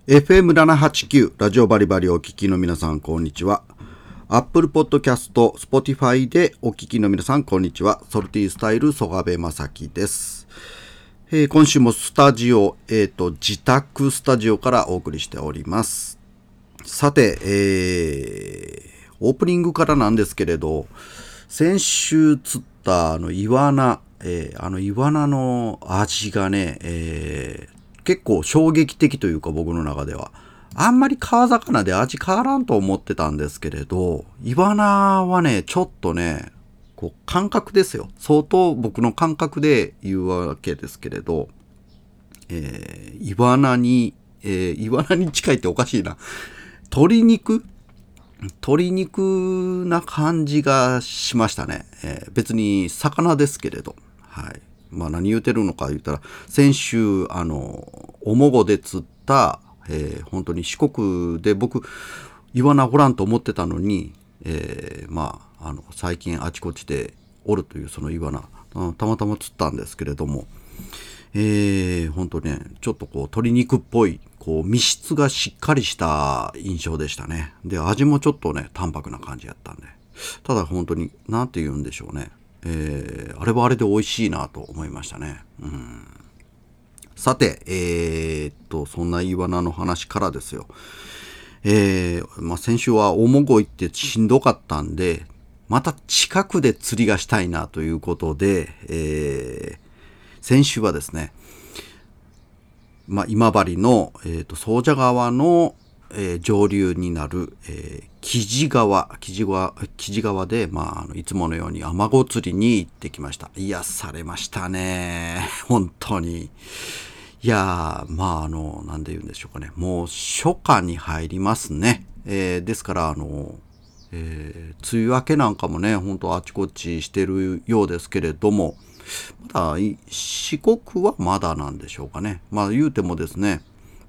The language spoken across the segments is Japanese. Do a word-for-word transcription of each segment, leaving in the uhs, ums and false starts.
エフエムななはちきゅう ラジオバリバリお聞きの皆さんこんにちは。 Apple Podcast、Spotify でお聞きの皆さんこんにちは。ソルティースタイル曽我部正樹です。えー、今週もスタジオ、えーと、自宅スタジオからお送りしております。さて、えー、オープニングからなんですけれど、先週釣ったあのイワナ、えー、あのイワナの味がね、えー結構衝撃的というか、僕の中ではあんまり川魚で味変わらんと思ってたんですけれど、イワナはねちょっとねこう感覚ですよ、相当僕の感覚で言うわけですけれど、えー、イワナに、えー、イワナに近いっておかしいな、鶏肉鶏肉な感じがしましたね。えー、別に魚ですけれど、はい。まあ何言うてるのか言ったら、先週あのおもごで釣った、えー、本当に四国で僕イワナおらんと思ってたのに、えー、まああの最近あちこちでおるというそのイワナ、たまたま釣ったんですけれども、えー、本当ねちょっとこう鶏肉っぽいこう身質がしっかりした印象でしたね。で味もちょっとね淡白な感じやったんで、ただ本当になんて言うんでしょうね、えー、あれはあれで美味しいなと思いましたね。うん。さて、えー、っとそんなイワナの話からですよ。えーまあ、先週は大もご行ってしんどかったんで、また近くで釣りがしたいなということで、えー、先週はですね、まあ、今治の、えーと、総社川の、えー上流になる、えー、木地川、木地川、木地川で、まあ、あのいつものようにアマゴ釣りに行ってきました。癒されましたね。本当に。いやー、まあ、あの、なんで言うんでしょうかね。もう初夏に入りますね。えーですから、あの、えー梅雨明けなんかもね、本当あちこちしてるようですけれども、まだい四国はまだなんでしょうかね。まあ言うてもですね、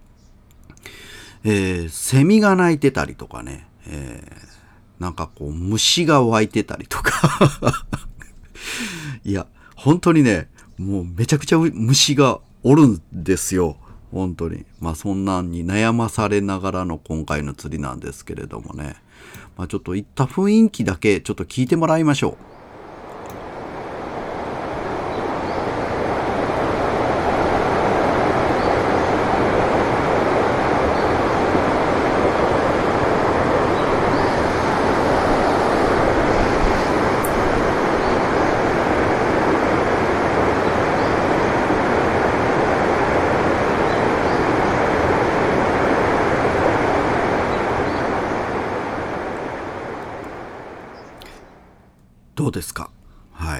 えーセミが鳴いてたりとかね、えーなんかこう虫が湧いてたりとかいや本当にね、もうめちゃくちゃ虫がおるんですよ。本当に。まあそんなんに悩まされながらの今回の釣りなんですけれどもね。まあちょっといった雰囲気だけちょっと聞いてもらいましょう。どうですか？はい。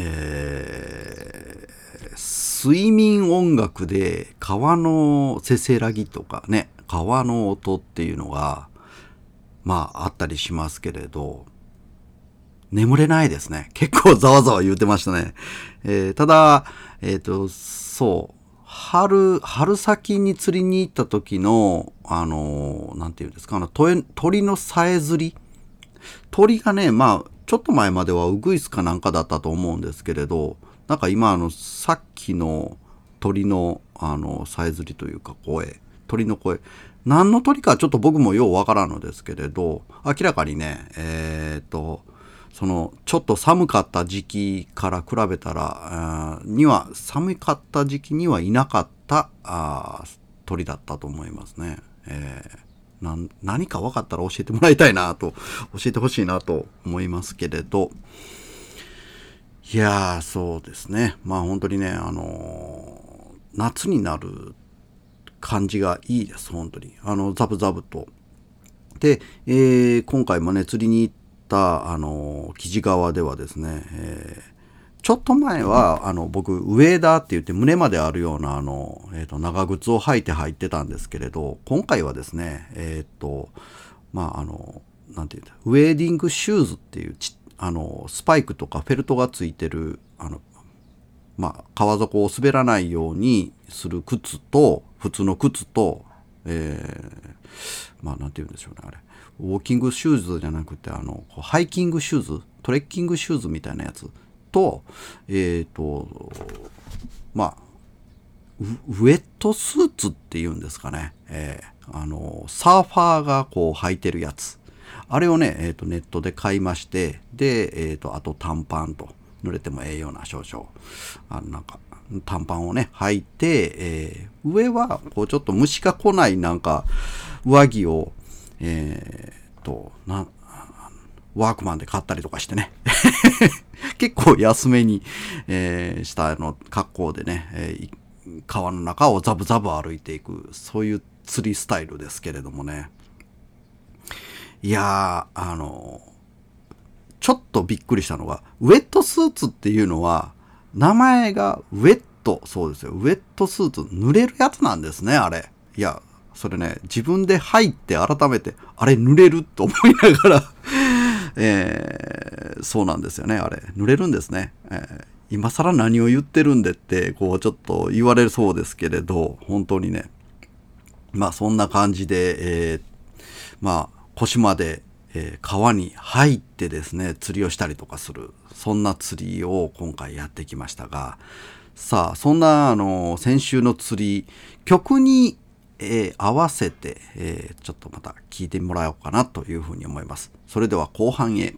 えー、睡眠音楽で川のせせらぎとかね、川の音っていうのが、まああったりしますけれど、眠れないですね。結構ざわざわ言うてましたね。えー、ただ、えっ、と、そう、春、春先に釣りに行った時の、あのーなんていうんですか、あの、鳥鳥のさえずり、鳥がね、まあ、ちょっと前まではウグイスかなんかだったと思うんですけれど、なんか今、あの、さっきの鳥の、あの、さえずりというか声、鳥の声、何の鳥かちょっと僕もようわからんのですけれど、明らかにね、えっと、その、ちょっと寒かった時期から比べたら、あーには、寒かった時期にはいなかったあー鳥だったと思いますね。えーなん何か分かったら教えてもらいたいなと、教えてほしいなと思いますけれど、いやーそうですね、まあ本当にね、あのー夏になる感じがいいです。本当にあのザブザブと。で、えー今回もね釣りに行ったあのー木地川ではですね、えーちょっと前はあの僕ウェーダーって言って胸まであるようなあの、えー、と長靴を履いて入ってたんですけれど、今回はですね、えっ、とまああのなんていうんだ、ウェーディングシューズっていうちあのスパイクとかフェルトがついてるあの、まあ、川底を滑らないようにする靴と普通の靴と、えー、まあなんて言うんでしょうね、あれウォーキングシューズじゃなくてあのハイキングシューズ、トレッキングシューズみたいなやつと、えっ、とまあウェットスーツっていうんですかね、えー、あのサーファーがこう履いてるやつ、あれをね、えー、とネットで買いまして、で、えー、とあと短パンと、濡れてもええような少々あのなんか短パンをね履いて、えー、上はこうちょっと虫が来ないなんか上着をえー、となワークマンで買ったりとかしてね結構安めに、えー、したあの格好でね、えー川の中をザブザブ歩いていく、そういう釣りスタイルですけれどもね。いやー、あのちょっとびっくりしたのが、ウェットスーツっていうのは名前がウェット、そうですよ、ウェットスーツ、濡れるやつなんですね、あれ。いやそれね、自分で入って改めてあれ濡れると思いながらえー、そうなんですよね、あれ濡れるんですね、えー今更何を言ってるんでってこうちょっと言われそうですけれど、本当にね、まあそんな感じで、えー、まあ腰まで、えー、川に入ってですね釣りをしたりとかする、そんな釣りを今回やってきましたが、さあそんなあの先週の釣り曲に、えー、合わせて、えー、ちょっとまた聞いてもらおうかなというふうに思います。それでは後半へ。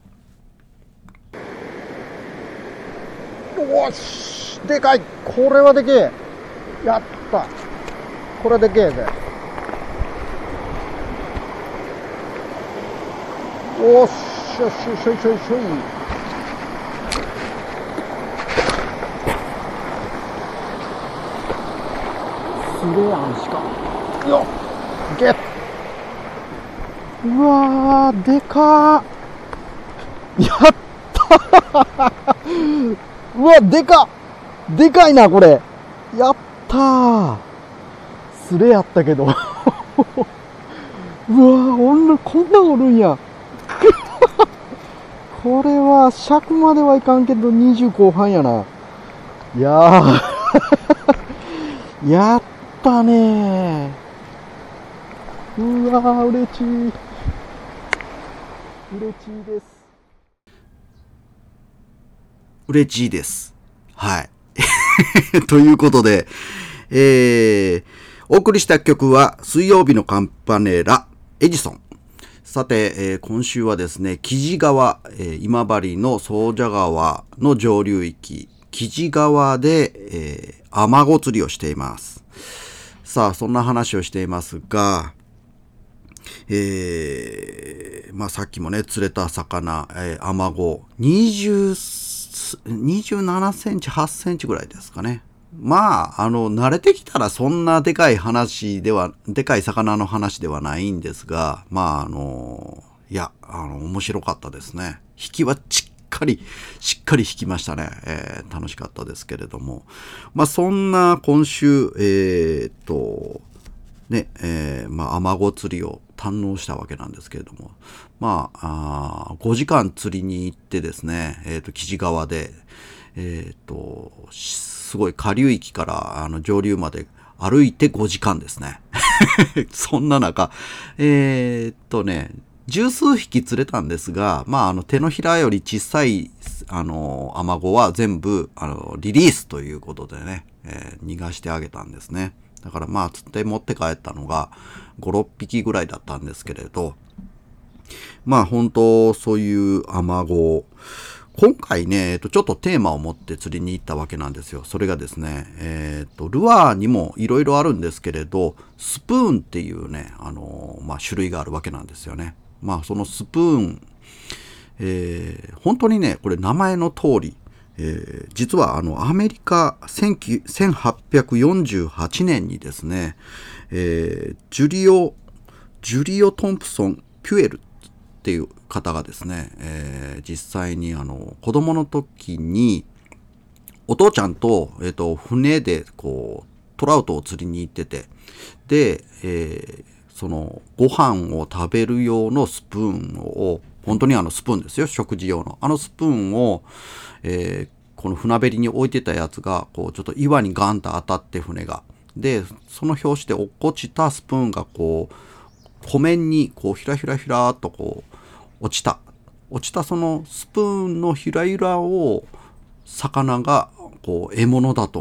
おし、でかい。これはでけえ。やった。これはでけえぜ。おっしょしょしょしょしょい。すげえやんしか。よっ、ゲッ。うわー、でかー。やったー。うわ、でかっ、でかいな、これ。やったー。スレやったけど。うわー、ほんの、こんなんおるんや。これは、尺まではいかんけど、にじゅう後半やな。いやー。やったねー。うわー、嬉しい。嬉しいです。 嬉しいです。はい。ということで、えー、お送りした曲は水曜日のカンパネラ、エジソン。さて、えー、今週はですね、木地川、えー、今治の総社川の上流域、木地川で、えー、アマゴ釣りをしています。さあ、そんな話をしていますが、えー、まあさっきもね、釣れた魚、えー、アマゴ、にじゅう、にじゅうななセンチ、はちセンチぐらいですかね。まあ、あの、慣れてきたらそんなでかい話では、でかい魚の話ではないんですが、まあ、あの、いや、あの、面白かったですね。引きはしっかり、しっかり引きましたね。えー、楽しかったですけれども。まあ、そんな今週、えー、っと、ね、えー、まあ、アマゴ釣りを堪能したわけなんですけれども、まあ、あごじかん釣りに行ってですね、えっと、木地川で、えっと、すごい下流域からあの上流まで歩いてごじかんですね。そんな中、えー、っとね、十数匹釣れたんですが、まあ、あの手のひらより小さい、あの、アマゴは全部、あの、リリースということでね、えー、逃がしてあげたんですね。だからまあ、釣って持って帰ったのがご、ろっぴきぐらいだったんですけれど、まあ、本当そういうアマゴ、今回ね、えっと、ちょっとテーマを持って釣りに行ったわけなんですよ。それがですね、えっと、ルアーにもいろいろあるんですけれど、スプーンっていうね、あの、まあ、種類があるわけなんですよね。まあ、そのスプーン、えー、本当にね、これ名前の通り、えー、実はあの、アメリカせんはっぴゃくよんじゅうはちねんにですね、えー、ジュリオ、ジュリオ・トンプソン・ピュエルっていう方がですね、えー、実際にあの子供の時にお父ちゃんと、えーと、船でこうトラウトを釣りに行ってて、で、えー、そのご飯を食べる用のスプーンを、本当にあのスプーンですよ、食事用のあのスプーンを、えー、この船べりに置いてたやつがこうちょっと岩にガンと当たって船が、でその拍子で落っこちたスプーンがこう湖面にこうひらひらひらっとこう落ちた落ちたそのスプーンのひらひらを魚がこう獲物だと思っ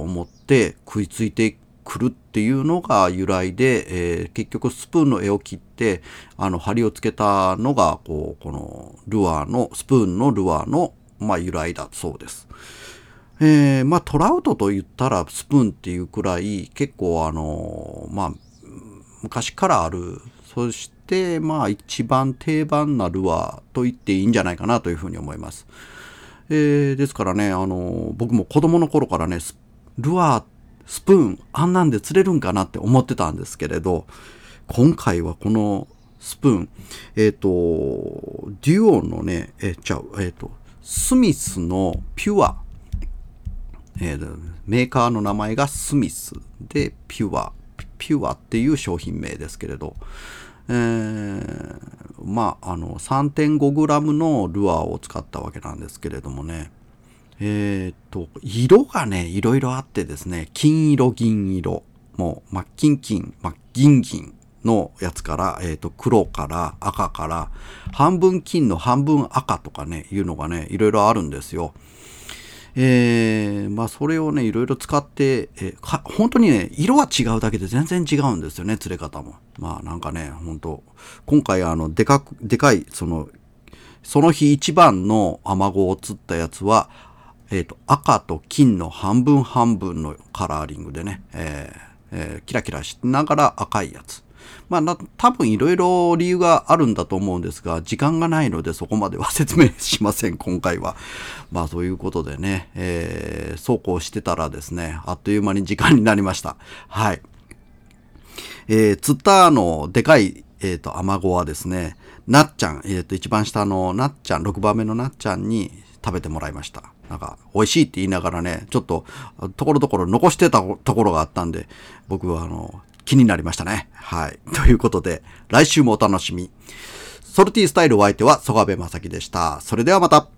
って食いついてくるっていうのが由来で、えー、結局スプーンの柄を切ってあの針をつけたのがこうこのルアーのスプーンのルアーの、まあ、由来だそうです。えー、まあトラウトと言ったらスプーンっていうくらい結構あのまあ昔からある、そしてまあ一番定番なルアーと言っていいんじゃないかなというふうに思います。えー、ですからね、あの僕も子供の頃からねルアースプーンあんなんで釣れるんかなって思ってたんですけれど、今回はこのスプーンえっ、ー、とデュオのねえちゃうえっ、ー、とスミスのピュア、えー、メーカーの名前がスミスでピュアピュアっていう商品名ですけれど、えー、まああの さんてんごグラム のルアーを使ったわけなんですけれどもね、えー、っと色がねいろいろあってですね、金色銀色もう真っ金金真っ銀銀のやつから、えー、っと黒から赤から半分金の半分赤とかねいうのがねいろいろあるんですよ。えー、まあそれをねいろいろ使って、えー、か本当にね色は違うだけで全然違うんですよね、釣れ方も。まあなんかね本当今回あのでかくでかいそのその日一番のアマゴを釣ったやつは、えーと赤と金の半分半分のカラーリングでね、えーえー、キラキラしながら赤いやつ。まあな多分いろいろ理由があるんだと思うんですが、時間がないのでそこまでは説明しません今回は。まあそういうことでね、えー、そうこうしてたらですね、あっという間に時間になりました。はい。えー、釣ったのでかいえっ、ー、とアマゴはですね、なっちゃん、えっ、ー、と一番下のなっちゃん、ろくばんめのなっちゃんに食べてもらいました。なんか美味しいって言いながらね、ちょっとところどころ残してたところがあったんで、僕はあの気になりましたね。はい。ということで、来週もお楽しみ。ソルティースタイルお相手は曽我部正樹でした。それではまた。